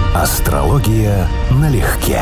Астрология налегке.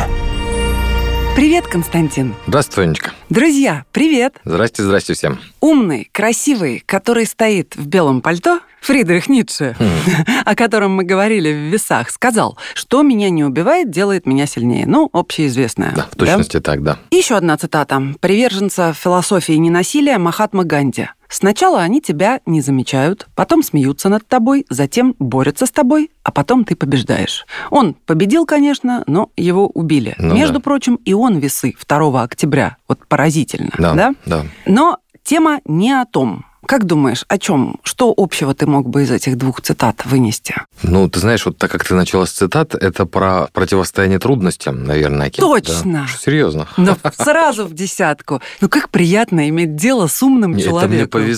Привет, Константин. Здравствуй, Анечка. Друзья, привет. Здрасте всем. Умный, красивый, который стоит в белом пальто, Фридрих Ницше, о котором мы говорили в «Весах», сказал, что меня не убивает, делает меня сильнее. Ну, общеизвестное. Да, в точности так, да. Еще одна цитата. Приверженца философии ненасилия Махатма Ганди. Сначала они тебя не замечают, потом смеются над тобой, затем борются с тобой, а потом ты побеждаешь. Он победил, конечно, но его убили. Между прочим, и он весы 2 октября. Вот поразительно, да? Да. Но тема не о том. Как думаешь, о чем? Что общего ты мог бы из этих 2 цитат вынести? Ну, ты знаешь, вот так как ты начала с цитат, это про противостояние трудностям, наверное. Точно! Да. Серьезно. Но сразу в десятку. Ну, как приятно иметь дело с умным человеком.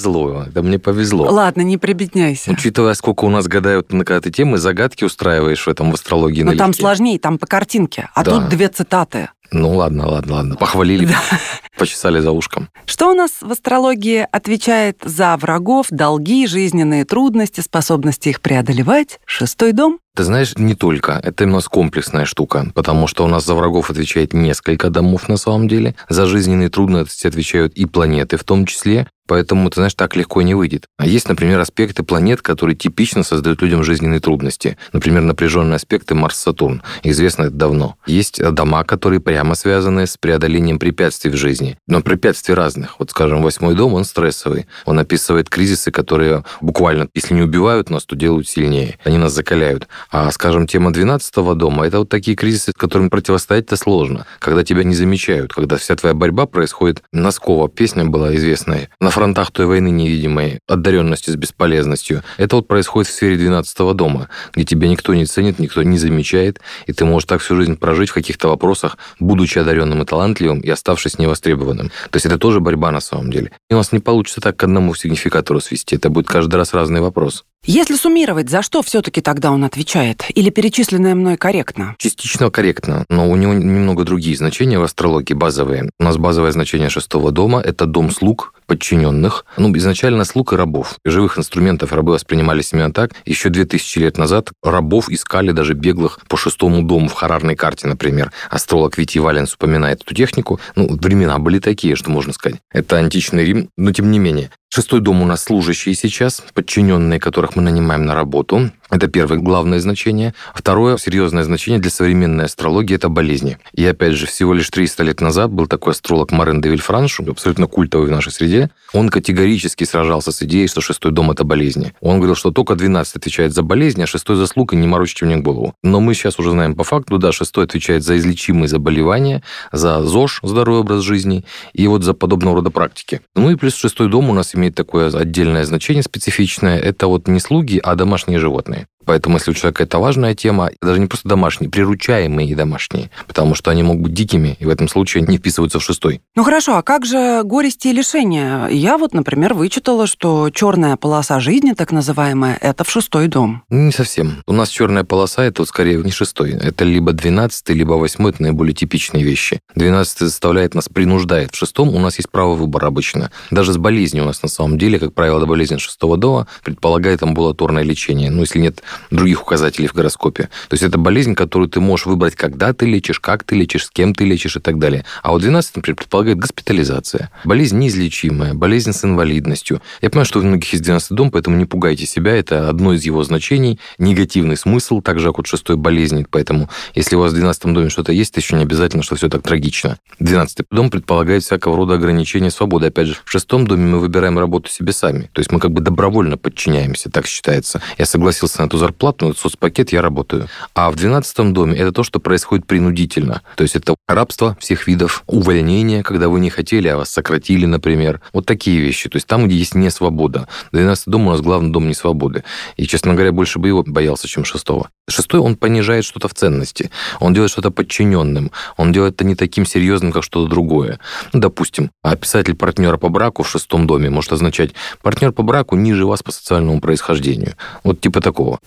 Это мне повезло. Ладно, не прибедняйся. Учитывая, сколько у нас гадают, когда ты темы, загадки устраиваешь в этом в астрологии налегке. Но там сложнее, там по картинке. А тут 2 цитаты. Ну, ладно. Похвалили, почесали за ушком. Что у нас в астрологии отвечает за врагов, долги, жизненные трудности, способности их преодолевать? 6-й дом? Ты знаешь, не только. Это у нас комплексная штука, потому что у нас за врагов отвечает несколько домов на самом деле. За жизненные трудности отвечают и планеты в том числе. Поэтому, ты знаешь, так легко не выйдет. А есть, например, аспекты планет, которые типично создают людям жизненные трудности. Например, напряженные аспекты Марс-Сатурн. Известно это давно. Есть дома, которые прямо связаны с преодолением препятствий в жизни. Но препятствий разных. Вот, скажем, 8-й дом, он стрессовый. Он описывает кризисы, которые буквально, если не убивают нас, то делают сильнее. Они нас закаляют. А, скажем, тема 12-го дома, это вот такие кризисы, с которыми противостоять-то сложно. Когда тебя не замечают, когда вся твоя борьба происходит. Носкова песня была известная. На фронтах той войны невидимой, одаренности с бесполезностью. Это вот происходит в сфере 12-го дома, где тебя никто не ценит, никто не замечает, и ты можешь так всю жизнь прожить в каких-то вопросах, будучи одаренным и талантливым, и оставшись невостребованным. То есть это тоже борьба на самом деле. И у нас не получится так к одному сигнификатору свести. Это будет каждый раз разный вопрос. Если суммировать, за что все-таки тогда он отвечает? Или перечисленное мной корректно? Частично корректно, но у него немного другие значения в астрологии базовые. У нас базовое значение 6-го дома – это дом слуг, подчиненных. Изначально слуг и рабов. Живых инструментов рабы воспринимались именно так. Еще 2000 лет назад рабов искали даже беглых по 6-му дому в харарной карте, например. Астролог Витий Валенс упоминает эту технику. Времена были такие, что можно сказать. Это античный Рим, но тем не менее. 6-й дом у нас служащие сейчас, подчиненные, которых мы нанимаем на работу. Это первое главное значение. Второе серьезное значение для современной астрологии – это болезни. И опять же, всего лишь 300 лет назад был такой астролог Марен де Вильфранш, абсолютно культовый в нашей среде. Он категорически сражался с идеей, что 6-й дом – это болезни. Он говорил, что только 12 отвечает за болезни, а 6-й за слуг, и не морочите мне голову. Но мы сейчас уже знаем по факту, да, 6-й отвечает за излечимые заболевания, за ЗОЖ, здоровый образ жизни, и вот за подобного рода практики. И плюс 6-й дом у нас имеет такое отдельное значение специфичное. Это вот не слуги, а домашние животные. Поэтому, если у человека это важная тема, даже не просто домашние, приручаемые и домашние, потому что они могут быть дикими, и в этом случае не вписываются в 6-й. Ну хорошо, а как же горести и лишения? Я вот, например, вычитала, что черная полоса жизни, так называемая, это в 6-й дом. Не совсем. У нас черная полоса, это вот скорее не 6-й. Это либо 12-й, либо 8-й, это наиболее типичные вещи. 12-й заставляет нас, принуждает. В 6-м у нас есть право выбора обычно. Даже с болезнью у нас на самом деле, как правило, болезнь 6-го дома предполагает амбулаторное лечение. Если нет других указателей в гороскопе. То есть это болезнь, которую ты можешь выбрать, когда ты лечишь, как ты лечишь, с кем ты лечишь и так далее. А вот 12, например, предполагает госпитализация. Болезнь неизлечимая, болезнь с инвалидностью. Я понимаю, что у многих есть 12 дом, поэтому не пугайте себя. Это одно из его значений. Негативный смысл, так же, как вот 6-й болезни. Поэтому, если у вас в 12 доме что-то есть, это еще не обязательно, что все так трагично. 12 дом предполагает всякого рода ограничения свободы. Опять же, в 6-м доме мы выбираем работу себе сами. То есть мы как бы добровольно подчиняемся, так считается. Я согласился на эту зарплату, соцпакет, я работаю. А в 12-м доме это то, что происходит принудительно. То есть это рабство всех видов, увольнение, когда вы не хотели, а вас сократили, например. Вот такие вещи. То есть там, где есть несвобода. 12-й дом у нас главный дом несвободы. И, честно говоря, больше бы его боялся, чем 6-го. 6-й, он понижает что-то в ценности. Он делает что-то подчиненным. Он делает это не таким серьезным, как что-то другое. Допустим, описатель партнера по браку в 6-м доме может означать партнер по браку ниже вас по социальному происхождению. Вот типа такого.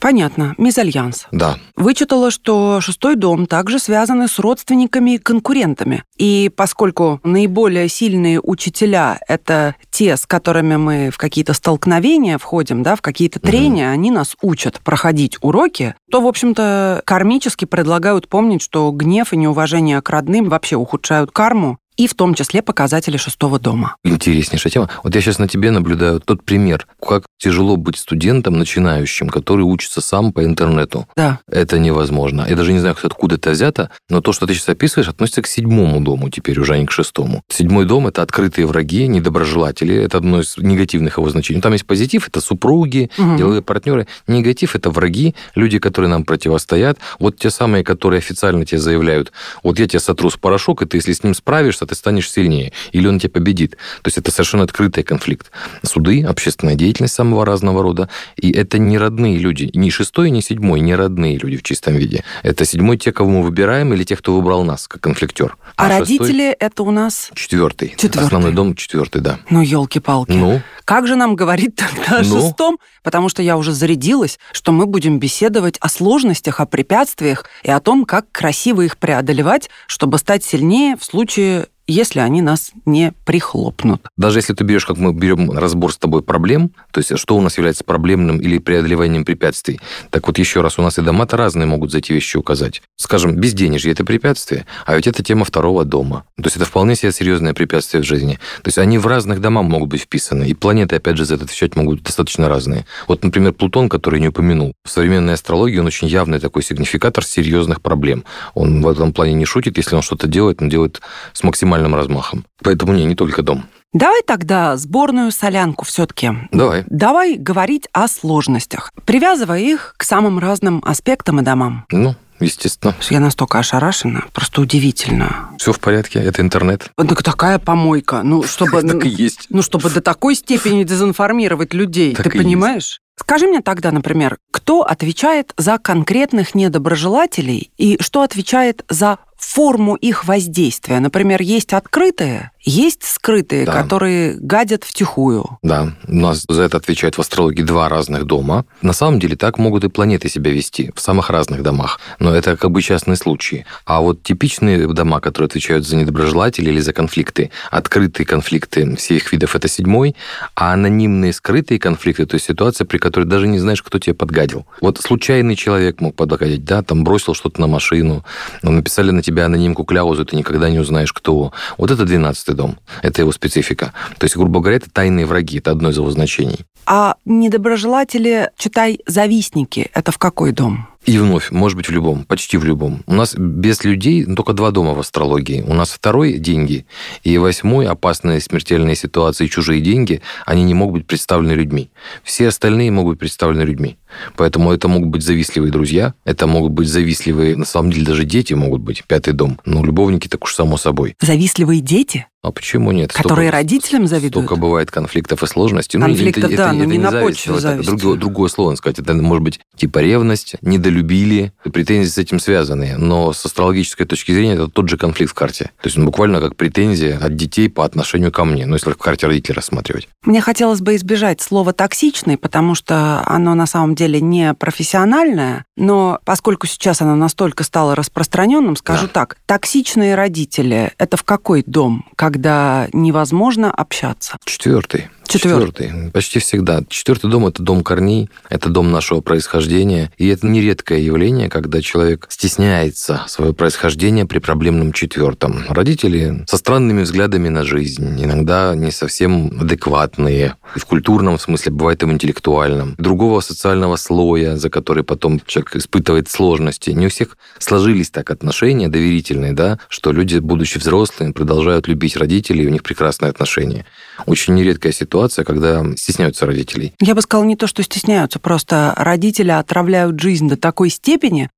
Понятно. Мезальянс. Да. Вычитала, что 6-й дом также связаны с родственниками и конкурентами. И поскольку наиболее сильные учителя – это те, с которыми мы в какие-то столкновения входим, да, в какие-то трения, они нас учат проходить уроки, то, в общем-то, кармически предлагают помнить, что гнев и неуважение к родным вообще ухудшают карму, и в том числе показатели 6-го дома. Интереснейшая тема. Вот я сейчас на тебе наблюдаю тот пример, как тяжело быть студентом начинающим, который учится сам по интернету. Да. Это невозможно. Я даже не знаю, откуда это взято, но то, что ты сейчас описываешь, относится к 7-му дому теперь уже, а не к 6-му. 7-й дом – это открытые враги, недоброжелатели. Это одно из негативных его значений. Там есть позитив – это супруги, деловые партнеры. Негатив – это враги, люди, которые нам противостоят. Вот те самые, которые официально тебе заявляют, вот я тебя сотру с порошок, и ты, если с ним справишься, ты станешь сильнее, или он тебя победит. То есть это совершенно открытый конфликт. Суды, общественная деятельность самого разного рода, и это не родные люди. Ни 6-й, ни 7-й, не родные люди в чистом виде. Это 7-й те, кого мы выбираем, или те, кто выбрал нас, как конфликтер. А родители это у нас? 4-й. Основной дом 4-й, да. Ну, елки-палки. Как же нам говорить тогда о 6-м? Потому что я уже зарядилась, что мы будем беседовать о сложностях, о препятствиях и о том, как красиво их преодолевать, чтобы стать сильнее в случае, если они нас не прихлопнут. Даже если ты берешь, как мы берем разбор с тобой проблем, то есть что у нас является проблемным или преодолеванием препятствий, так вот еще раз, у нас и дома-то разные могут за эти вещи указать. Скажем, безденежье – это препятствие, а ведь это тема 2-го дома. То есть это вполне себе серьезное препятствие в жизни. То есть они в разных домах могут быть вписаны, и планеты, опять же, за это отвечать могут достаточно разные. Вот, например, Плутон, который не упомянул. В современной астрологии он очень явный такой сигнификатор серьезных проблем. Он в этом плане не шутит, если он что-то делает, он делает с максимальным размахом. Поэтому не только дом. Давай тогда сборную солянку все-таки. Давай говорить о сложностях, привязывая их к самым разным аспектам и домам. Естественно. Я настолько ошарашена, просто удивительно. Все в порядке, это интернет. Так такая помойка. Чтобы... Так и есть. Чтобы до такой степени дезинформировать людей. Ты понимаешь? Скажи мне тогда, например, кто отвечает за конкретных недоброжелателей и что отвечает за форму их воздействия? Например, есть открытые, есть скрытые, которые гадят втихую. Да, у нас за это отвечают в астрологии 2 разных дома. На самом деле так могут и планеты себя вести в самых разных домах, но это как бы частные случаи. А вот типичные дома, которые отвечают за недоброжелателей или за конфликты, открытые конфликты всех видов – это 7-й, а анонимные скрытые конфликты, то есть ситуация, при которой даже не знаешь, кто тебя подгадил. Вот случайный человек мог подгадить, там бросил что-то на машину, написали на тебя анонимку кляузу, ты никогда не узнаешь, кто. Вот это 12-й дом. Это его специфика. То есть, грубо говоря, это тайные враги. Это одно из его значений. А недоброжелатели, читай, завистники, это в какой дом? И вновь, может быть, в любом, почти в любом. У нас без людей только 2 дома в астрологии. У нас 2-й – деньги, и 8-й – опасные смертельные ситуации, чужие деньги, они не могут быть представлены людьми. Все остальные могут быть представлены людьми. Поэтому это могут быть завистливые друзья, это могут быть завистливые, на самом деле, даже дети могут быть, 5-й дом. Любовники так уж само собой. Завистливые дети? А почему нет? Которые родителям завидуют? Столько бывает конфликтов и сложностей. Конфликтов, но не на почве зависти. Это другое слово сказать. Это может быть типа ревность, недолюбили, претензии с этим связаны. Но с астрологической точки зрения это тот же конфликт в карте. То есть он буквально как претензия от детей по отношению ко мне, если в карте родителей рассматривать. Мне хотелось бы избежать слова «токсичный», потому что оно на самом деле не профессиональное, но поскольку сейчас оно настолько стало распространенным, скажу так, токсичные родители – это в какой дом, когда невозможно общаться? 4-й. 4-й. Почти всегда. 4-й дом – это дом корней, это дом нашего происхождения. И это нередкое явление, когда человек стесняется своего происхождения при проблемном 4-м. Родители со странными взглядами на жизнь, иногда не совсем адекватные. И в культурном смысле, бывает и в интеллектуальном. Другого социального слоя, за который потом человек испытывает сложности. Не у всех сложились так отношения доверительные, что люди, будучи взрослыми, продолжают любить родителей, и у них прекрасные отношения. Очень нередкая ситуация, когда стесняются родителей. Я бы сказала, не то, что стесняются, просто родители отравляют жизнь до такой степени,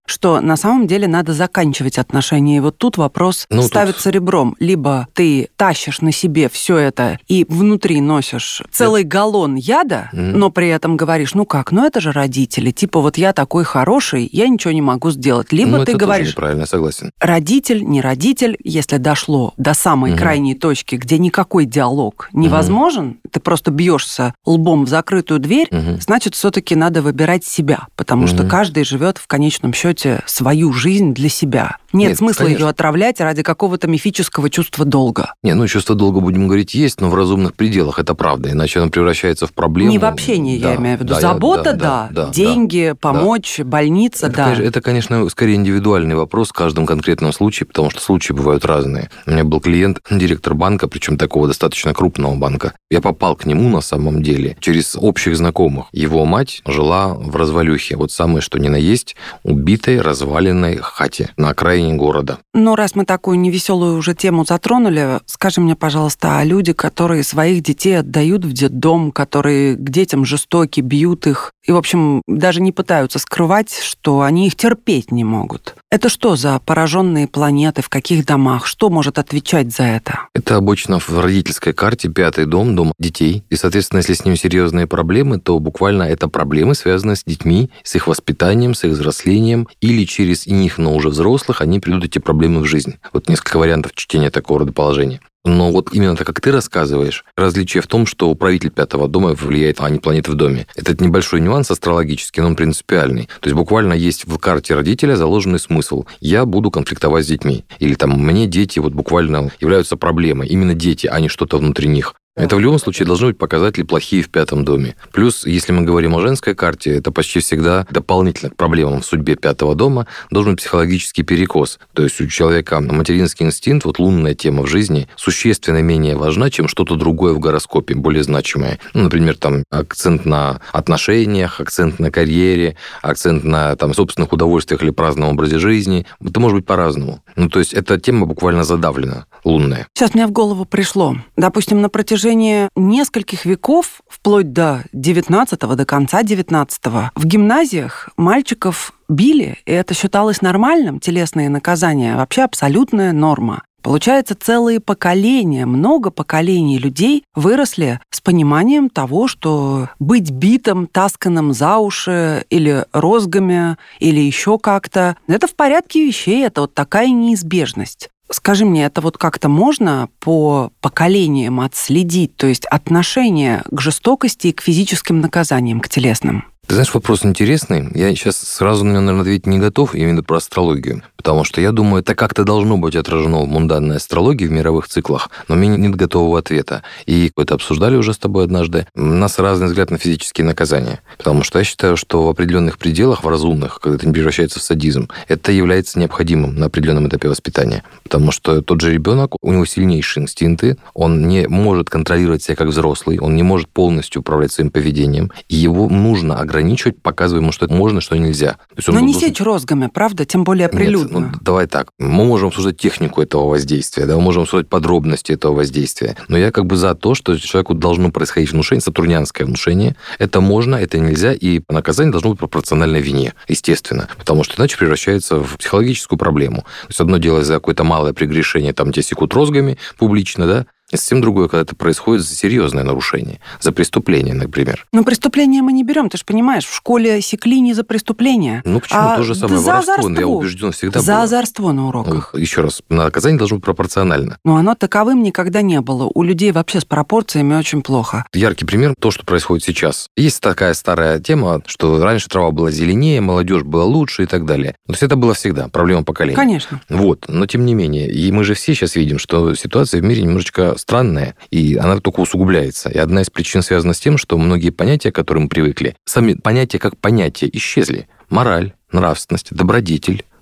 что на самом деле надо заканчивать отношения. И вот тут вопрос ставится ребром. Либо ты тащишь на себе все это и внутри носишь целый галлон яда, но при этом говоришь, это же родители. Типа, вот я такой хороший, я ничего не могу сделать. Либо ты говоришь... Это неправильно, согласен. Родитель, не родитель, если дошло до самой крайней точки, где никакой диалог невозможен, ты просто бьешься лбом в закрытую дверь, значит, все-таки надо выбирать себя, потому что каждый живет в конечном счете свою жизнь для себя. Нет смысла ее отравлять ради какого-то мифического чувства долга. Чувство долга, будем говорить, есть, но в разумных пределах, это правда, иначе оно превращается в проблему. Не в общении, я имею в виду. Забота, деньги, помочь, больница, Это, конечно, скорее индивидуальный вопрос в каждом конкретном случае, потому что случаи бывают разные. У меня был клиент, директор банка, причем такого достаточно крупного банка. Я попал к нему на самом деле через общих знакомых. Его мать жила в развалюхе, вот самое что ни на есть, убитой, разваленной хате на окраине города. Но раз мы такую невеселую уже тему затронули, скажи мне, пожалуйста, а люди, которые своих детей отдают в детдом, которые к детям жестоки, бьют их, и, в общем, даже не пытаются скрывать, что они их терпеть не могут. Это что за пораженные планеты, в каких домах? Что может отвечать за это? Это обычно в родительской карте 5-й дом детей. И, соответственно, если с ними серьезные проблемы, то буквально это проблемы, связанные с детьми, с их воспитанием, с их взрослением, или через них, но уже взрослых, они придут эти проблемы в жизнь. Вот несколько вариантов чтения такого рода положения. Но вот именно так, как ты рассказываешь, различие в том, что управитель 5-го дома влияет, а не планеты в доме. Этот небольшой нюанс астрологический, но он принципиальный. То есть буквально есть в карте родителя заложенный смысл. Я буду конфликтовать с детьми. Или мне дети буквально являются проблемой. Именно дети, а не что-то внутри них. Это в любом случае должны быть показатели плохие в 5-м доме. Плюс, если мы говорим о женской карте, это почти всегда дополнительно к проблемам в судьбе 5-го дома должен быть психологический перекос. То есть у человека материнский инстинкт, лунная тема в жизни, существенно менее важна, чем что-то другое в гороскопе, более значимое. Например, акцент на отношениях, акцент на карьере, акцент на собственных удовольствиях или праздном образе жизни. Это может быть по-разному. То есть эта тема буквально задавлена, лунная. Сейчас мне в голову пришло. Допустим, на протяжении нескольких веков, вплоть до 19-го, до конца 19-го, в гимназиях мальчиков били, и это считалось нормальным, телесные наказания, вообще абсолютная норма. Получается, целые поколения, много поколений людей выросли с пониманием того, что быть битым, тасканным за уши или розгами, или еще как-то, это в порядке вещей, это такая неизбежность. Скажи мне, это как-то можно по поколениям отследить, то есть отношение к жестокости и к физическим наказаниям, к телесным? Ты знаешь, вопрос интересный. Я сейчас сразу на него, наверное, ответить не готов, именно про астрологию. Потому что я думаю, это как-то должно быть отражено в мунданной астрологии, в мировых циклах, но у меня нет готового ответа. И это обсуждали уже с тобой однажды. У нас разный взгляд на физические наказания. Потому что я считаю, что в определенных пределах, в разумных, когда это не превращается в садизм, это является необходимым на определенном этапе воспитания. Потому что тот же ребенок, у него сильнейшие инстинкты, он не может контролировать себя как взрослый, он не может полностью управлять своим поведением, и его нужно ограничивать, показывая ему, что это можно, что нельзя. Но не сечь розгами, правда? Тем более прилюдно. Нет, давай так. Мы можем обсуждать технику этого воздействия, мы можем обсуждать подробности этого воздействия. Но я за то, что человеку должно происходить внушение, сатурнианское внушение. Это можно, это нельзя, и наказание должно быть пропорционально вине, естественно. Потому что иначе превращается в психологическую проблему. То есть одно дело за какое-то малое прегрешение, тебя секут розгами публично, да? И совсем другое, когда это происходит за серьезное нарушение, за преступление, например. Но преступление мы не берем, ты же понимаешь, в школе секли не за преступление. Почему? То же самое воровство, я убежден, всегда было. За озорство на уроках. Еще раз, наказание должно быть пропорционально. Но оно таковым никогда не было. У людей вообще с пропорциями очень плохо. Яркий пример, то, что происходит сейчас. Есть такая старая тема, что раньше трава была зеленее, молодежь была лучше и так далее. То есть это было всегда проблема поколения. Конечно. Но тем не менее, и мы же все сейчас видим, что ситуация в мире немножечко странная, и она только усугубляется. И одна из причин связана с тем, что многие понятия, к которым мы привыкли, сами понятия как понятия исчезли. Мораль, нравственность, добродетель,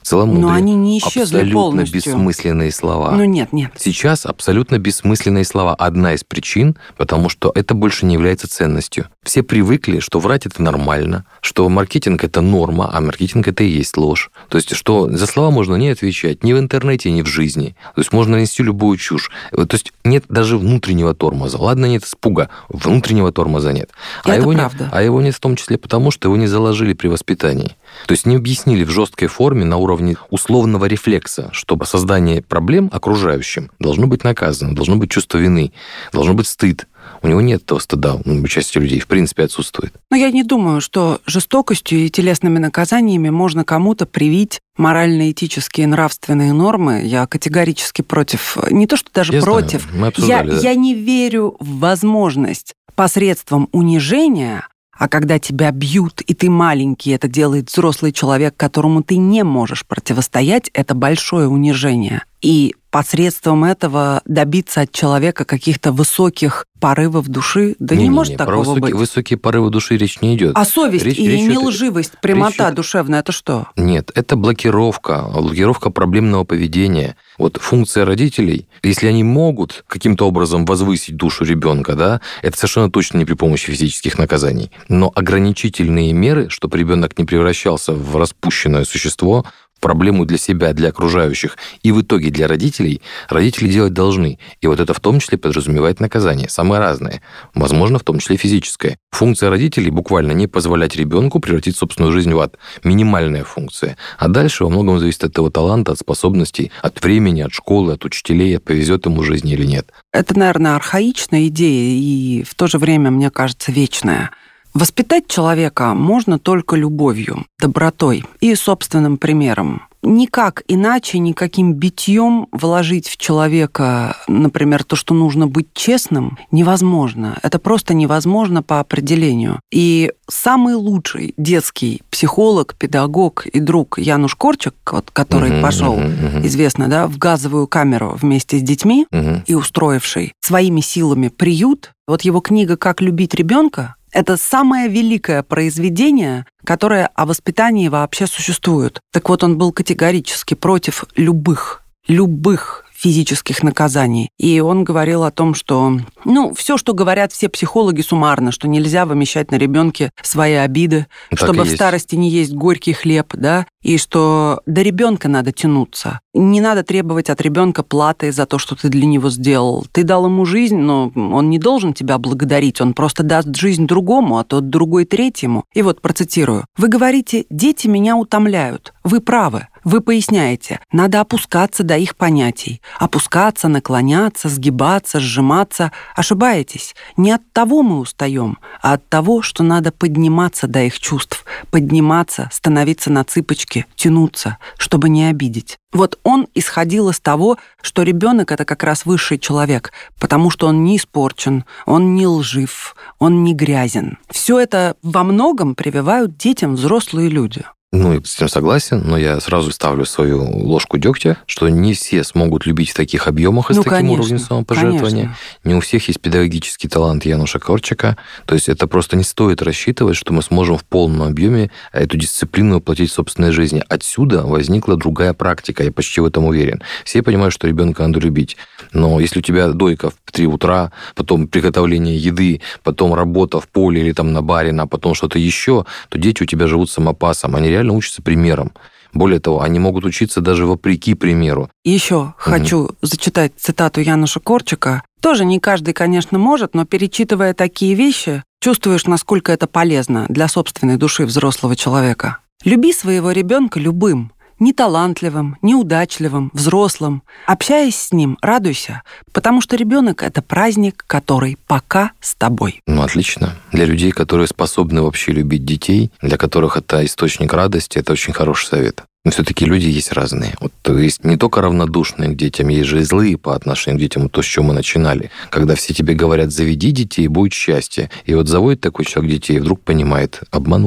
Целомудрие. Но они не исчезли абсолютно полностью. Бессмысленные слова. Ну нет. Сейчас абсолютно бессмысленные слова. Одна из причин, потому что это больше не является ценностью. Все привыкли, что врать это нормально, что маркетинг это норма, а маркетинг это и есть ложь. То есть, что за слова можно не отвечать ни в интернете, ни в жизни. То есть, можно нести любую чушь. То есть, нет даже внутреннего тормоза. Ладно, нет испуга, внутреннего тормоза нет. Это правда. А его нет в том числе потому, что его не заложили при воспитании. То есть не объяснили в жесткой форме на уровне условного рефлекса, что создание проблем окружающим должно быть наказано, должно быть чувство вины, должно быть стыд. У него нет этого стыда, у части людей в принципе отсутствует. Но я не думаю, что жестокостью и телесными наказаниями можно кому-то привить морально-этические нравственные нормы. Я категорически против. Не то, что даже против. Знаю, мы обсуждали, я не верю в возможность посредством унижения. А когда тебя бьют, и ты маленький, это делает взрослый человек, которому ты не можешь противостоять, это большое унижение. И посредством этого добиться от человека каких-то высоких порывов души, не может такого быть. Высокие порывы души речь не идет. А совесть и нелживость, прямота душевная, это что? Нет, это блокировка проблемного поведения. Вот функция родителей, если они могут каким-то образом возвысить душу ребенка, да, это совершенно точно не при помощи физических наказаний. Но ограничительные меры, чтобы ребенок не превращался в распущенное существо, проблему для себя, для окружающих и в итоге для родители делать должны. И вот это в том числе подразумевает наказание, самое разное. Возможно, в том числе физическое. Функция родителей буквально не позволять ребенку превратить собственную жизнь в ад. Минимальная функция. А дальше во многом зависит от его таланта, от способностей, от времени, от школы, от учителей, повезет ему в жизни или нет. Это, наверное, архаичная идея и в то же время, мне кажется, вечная. Воспитать человека можно только любовью, добротой и собственным примером. Никак иначе, никаким битьем вложить в человека, например, то, что нужно быть честным, невозможно. Это просто невозможно по определению. И самый лучший детский психолог, педагог и друг Януш Корчик, который пошел, известно, да, в газовую камеру вместе с детьми и устроивший своими силами приют, вот его книга «Как любить ребенка» — это самое великое произведение, которое о воспитании вообще существует. Так вот, он был категорически против любых физических наказаний. И он говорил о том, что, все, что говорят все психологи суммарно, что нельзя вымещать на ребенке свои обиды, так чтобы в старости не есть горький хлеб, да, и что до ребенка надо тянуться. Не надо требовать от ребенка платы за то, что ты для него сделал. Ты дал ему жизнь, но он не должен тебя благодарить, он просто даст жизнь другому, а тот другой третьему. И вот процитирую. Вы говорите: «Дети меня утомляют». Вы правы. Вы поясняете, надо опускаться до их понятий. Опускаться, наклоняться, сгибаться, сжиматься. Ошибаетесь. Не от того мы устаем, а от того, что надо подниматься до их чувств. Подниматься, становиться на цыпочки, тянуться, чтобы не обидеть. Вот он исходил из того, что ребенок — это как раз высший человек, потому что он не испорчен, он не лжив, он не грязен. Все это во многом прививают детям взрослые люди. Я с этим согласен, но я сразу ставлю свою ложку дегтя, что не все смогут любить в таких объемах и с таким уровнем самопожертвования. Конечно. Не у всех есть педагогический талант Януша Корчика. То есть это просто не стоит рассчитывать, что мы сможем в полном объеме эту дисциплину воплотить в собственной жизни. Отсюда возникла другая практика, я почти в этом уверен. Все понимают, что ребенка надо любить. Но если у тебя дойка в 3 утра, потом приготовление еды, потом работа в поле или там на баре, а потом что-то еще, то дети у тебя живут самопасом. Они реально учатся примером. Более того, они могут учиться даже вопреки примеру. Еще хочу зачитать цитату Януша Корчика. Тоже не каждый, конечно, может, но перечитывая такие вещи, чувствуешь, насколько это полезно для собственной души взрослого человека. «Люби своего ребенка любым. Неталантливым, неудачливым, взрослым. Общаясь с ним, радуйся, потому что ребенок — это праздник, который пока с тобой». Отлично. Для людей, которые способны вообще любить детей, для которых это источник радости, это очень хороший совет. Но все-таки люди есть разные. Вот есть не только равнодушные к детям, есть же и злые по отношению к детям, то, с чего мы начинали. Когда все тебе говорят: заведи детей, будет счастье. И вот заводит такой человек детей, и вдруг понимает: обманули.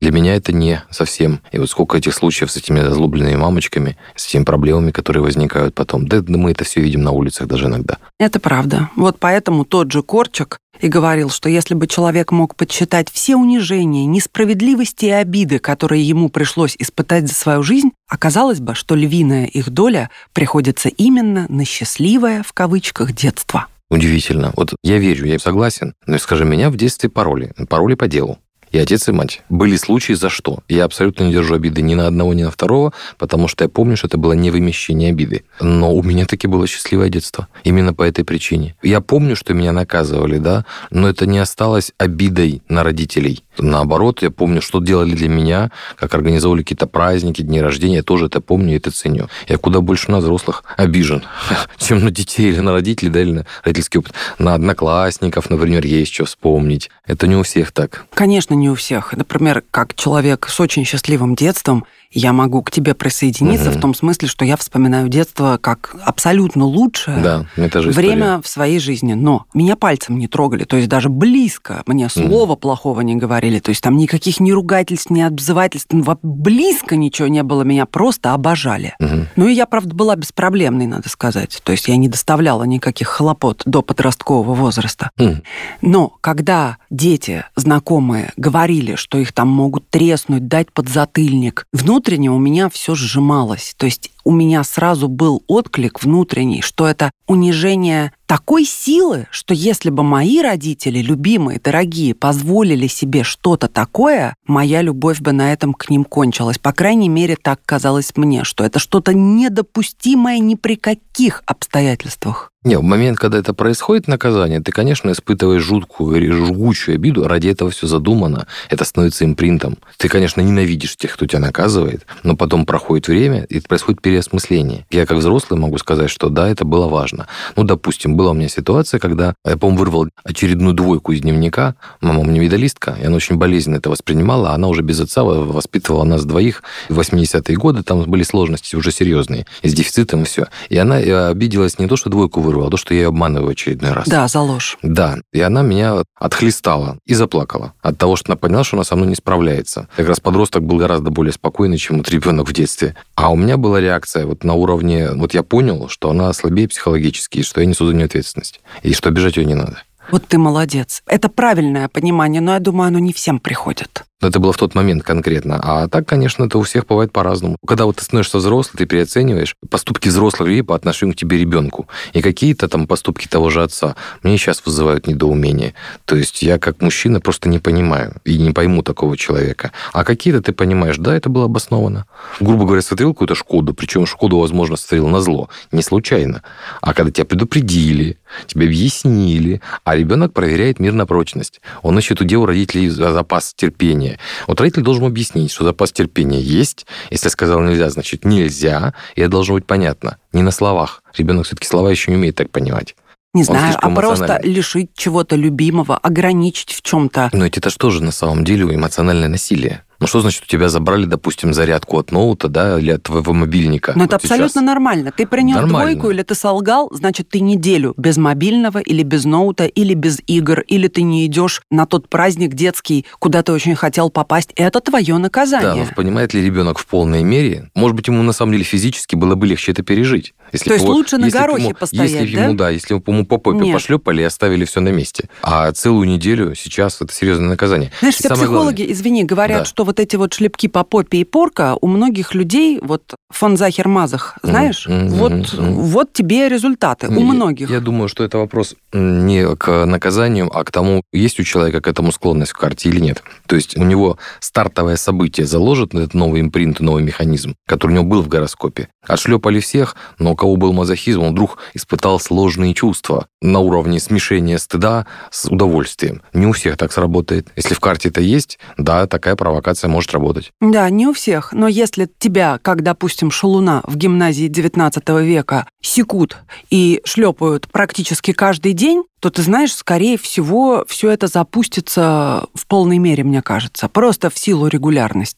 Для меня это не совсем. И вот сколько этих случаев с этими озлобленными мамочками, с этими проблемами, которые возникают потом. Да мы это все видим на улицах даже иногда. Это правда. Вот поэтому тот же Корчик и говорил, что если бы человек мог подсчитать все унижения, несправедливости и обиды, которые ему пришлось испытать за свою жизнь, оказалось бы, что львиная их доля приходится именно на «счастливое» в кавычках детство. Удивительно. Вот я верю, я согласен, но, скажем, меня в детстве пароли по делу. И отец, и мать. Были случаи за что. Я абсолютно не держу обиды ни на одного, ни на второго, потому что я помню, что это было не вымещение обиды. Но у меня таки было счастливое детство. Именно по этой причине. Я помню, что меня наказывали, да, но это не осталось обидой на родителей. Наоборот, я помню, что делали для меня, как организовывали какие-то праздники, дни рождения. Я тоже это помню и это ценю. Я куда больше на взрослых обижен, чем на детей или на родителей, да, или на родительский опыт. На одноклассников, например, есть что вспомнить. Это не у всех так. Конечно, не у всех. Например, как человек с очень счастливым детством, я могу к тебе присоединиться в том смысле, что я вспоминаю детство как абсолютно лучшее время в своей жизни. Но меня пальцем не трогали, то есть даже близко мне слова плохого не говорили, то есть там никаких ни ругательств, ни обзывательств, близко ничего не было, меня просто обожали. Ну и я, правда, была беспроблемной, надо сказать. То есть я не доставляла никаких хлопот до подросткового возраста. Но когда дети, знакомые, говорили, что их там могут треснуть, дать подзатыльник, внутренне у меня все сжималось. То есть у меня сразу был отклик внутренний, что это унижение такой силы, что если бы мои родители, любимые, дорогие, позволили себе что-то такое, моя любовь бы на этом к ним кончилась. По крайней мере, так казалось мне, что это что-то недопустимое ни при каких обстоятельствах. Не, в момент, когда это происходит, наказание, ты, конечно, испытываешь жуткую или жгучую обиду, ради этого все задумано, это становится импринтом. Ты, конечно, ненавидишь тех, кто тебя наказывает, но потом проходит время, и происходит переосмысление. Я, как взрослый, могу сказать, что да, это было важно. Ну, допустим, была у меня ситуация, когда я, по-моему, вырвал очередную двойку из дневника, мама у меня медалистка, и она очень болезненно это воспринимала, она уже без отца воспитывала нас двоих. В 80-е годы там были сложности уже серьезные, и с дефицитом и все. И она обиделась не то, что двойку вырвала, а то, что я ее обманываю очередной раз. Да, за ложь. Да, и она меня отхлестала и заплакала от того, что она поняла, что она со мной не справляется. Как раз подросток был гораздо более спокойный, чем вот ребенок в детстве. А у меня была реакция вот на уровне... Вот я понял, что она слабее психологически, и что я несу за нее ответственность, и что обижать ее не надо. Вот ты молодец. Это правильное понимание, но я думаю, оно не всем приходит. Это было в тот момент конкретно. А так, конечно, это у всех бывает по-разному. Когда вот ты становишься взрослым, ты переоцениваешь поступки взрослых людей по отношению к тебе ребенку. И какие-то там поступки того же отца мне сейчас вызывают недоумение. То есть я как мужчина просто не понимаю и не пойму такого человека. А какие-то ты понимаешь, да, это было обосновано. Грубо говоря, сотворил какую-то Шкоду, причем Шкоду, возможно, сотворил назло, не случайно. А когда тебя предупредили, тебе объяснили, а ребенок проверяет мир на прочность. Он ищет у дел родителей запас терпения. Вот родитель должен объяснить, что запас терпения есть. Если сказал нельзя, значит нельзя. И это должно быть понятно. Не на словах. Ребенок все-таки слова еще не умеет так понимать. Не знаю, а просто лишить чего-то любимого, ограничить в чем-то. Но это же тоже на самом деле эмоциональное насилие. Ну, что значит, у тебя забрали, допустим, зарядку от ноута, да, или от твоего мобильника? Но это абсолютно нормально. Ты принес двойку, или ты солгал, значит, ты неделю без мобильного, или без ноута, или без игр, или ты не идешь на тот праздник детский, куда ты очень хотел попасть. Это твое наказание. Да, но понимает ли ребенок в полной мере? Может быть, ему на самом деле физически было бы легче это пережить. Если то есть лучше на горохе постоять, если ему по попе пошлепали и оставили все на месте. А целую неделю сейчас это серьезное наказание. Знаешь, все психологи, извини, говорят, что вот эти вот шлепки по попе и порка у многих людей, вот фон Захер-Мазах, знаешь, вот тебе результаты, у многих. Я думаю, что это вопрос не к наказанию, а к тому, есть у человека к этому склонность в карте или нет. То есть у него стартовое событие заложит на этот новый импринт, новый механизм, который у него был в гороскопе. Отшлепали всех, но у кого был мазохизм, он вдруг испытал сложные чувства на уровне смешения стыда с удовольствием. Не у всех так сработает. Если в карте это есть, да, такая провокация может работать. Да, не у всех. Но если тебя, как, допустим, шалуна в гимназии 19 века, секут и шлепают практически каждый день, то, ты знаешь, скорее всего, все это запустится в полной мере, мне кажется. Просто в силу регулярности.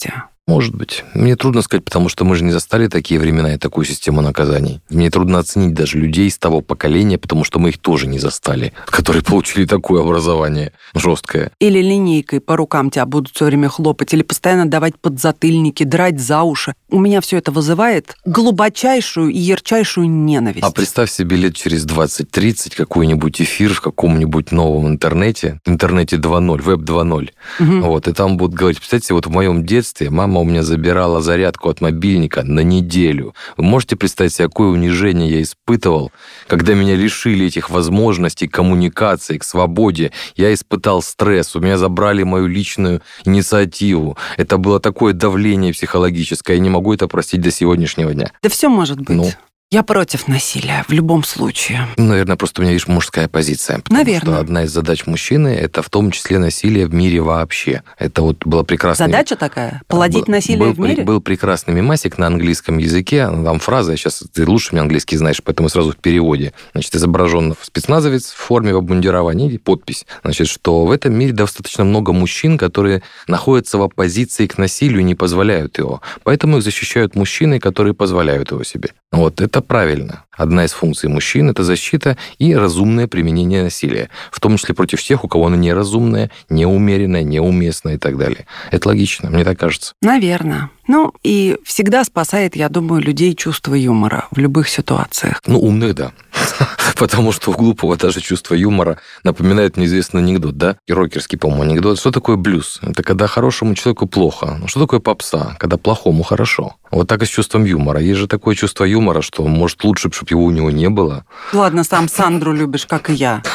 Может быть. Мне трудно сказать, потому что мы же не застали такие времена и такую систему наказаний. Мне трудно оценить даже людей с того поколения, потому что мы их тоже не застали, которые получили такое образование жесткое. Или линейкой по рукам тебя будут все время хлопать, или постоянно давать подзатыльники, драть за уши. У меня все это вызывает глубочайшую и ярчайшую ненависть. А представь себе лет через 20-30 какой-нибудь эфир в каком-нибудь новом интернете 2.0, веб 2.0. Вот, и там будут говорить, представьте, вот в моем детстве мама у меня забирала зарядку от мобильника на неделю. Вы можете представить себе, какое унижение я испытывал, когда меня лишили этих возможностей коммуникации, к свободе. Я испытал стресс, у меня забрали мою личную инициативу. Это было такое давление психологическое, я не могу это простить до сегодняшнего дня. Да все может быть. Я против насилия в любом случае. Наверное, просто у меня, видишь, мужская позиция. Потому что одна из задач мужчины – это в том числе насилие в мире вообще. Это вот было прекрасно. Задача такая? Плодить насилие в мире? Был прекрасный мемасик на английском языке. Там фраза, сейчас ты лучше меня английский знаешь, поэтому сразу в переводе. Значит, изображен спецназовец в форме в обмундировании, подпись. Значит, что в этом мире достаточно много мужчин, которые находятся в оппозиции к насилию и не позволяют его. Поэтому их защищают мужчины, которые позволяют его себе. Вот, это правильно. Одна из функций мужчин – это защита и разумное применение насилия, в том числе против тех, у кого оно неразумное, неумеренное, неуместное и так далее. Это логично, мне так кажется. Наверное. И всегда спасает, я думаю, людей чувство юмора в любых ситуациях. Умных, да. Потому что у глупого даже чувство юмора напоминает мне известный анекдот, да? И рокерский, по-моему, анекдот. Что такое блюз? Это когда хорошему человеку плохо. Что такое попса? Когда плохому хорошо. Вот так и с чувством юмора. Есть же такое чувство юмора, что, может, лучше, чтобы его у него не было. Ладно, сам Сандру любишь, как и я.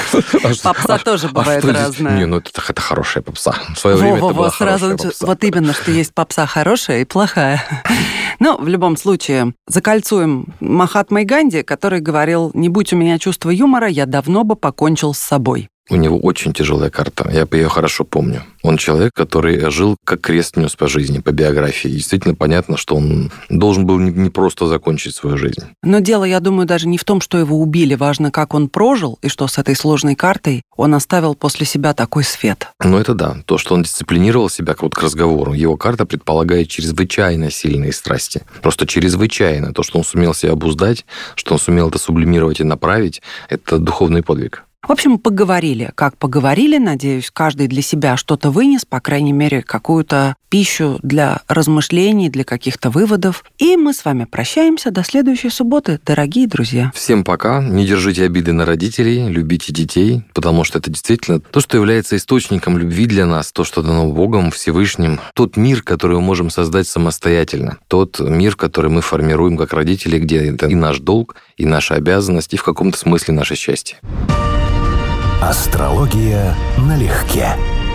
Попса тоже бывает разная. Это хорошая попса. В свое время это была хорошая попса. Вот именно, что есть попса хорошая и плохая. В любом случае, закольцуем Махатмой Ганди, который говорил: «Не будь у меня чувства юмора, я давно бы покончил с собой». У него очень тяжелая карта, я ее хорошо помню. Он человек, который жил как крест нес по жизни, по биографии. И действительно понятно, что он должен был не просто закончить свою жизнь. Но дело, я думаю, даже не в том, что его убили. Важно, как он прожил, и что с этой сложной картой он оставил после себя такой свет. Это да. То, что он дисциплинировал себя к разговору. Его карта предполагает чрезвычайно сильные страсти. Просто чрезвычайно. То, что он сумел себя обуздать, что он сумел это сублимировать и направить, это духовный подвиг. В общем, поговорили. Как поговорили, надеюсь, каждый для себя что-то вынес, по крайней мере, какую-то пищу для размышлений, для каких-то выводов. И мы с вами прощаемся до следующей субботы, дорогие друзья. Всем пока. Не держите обиды на родителей, любите детей, потому что это действительно то, что является источником любви для нас, то, что дано Богом, Всевышним. Тот мир, который мы можем создать самостоятельно. Тот мир, который мы формируем как родители, где это и наш долг, и наша обязанность, и в каком-то смысле наше счастье. Астрология налегке.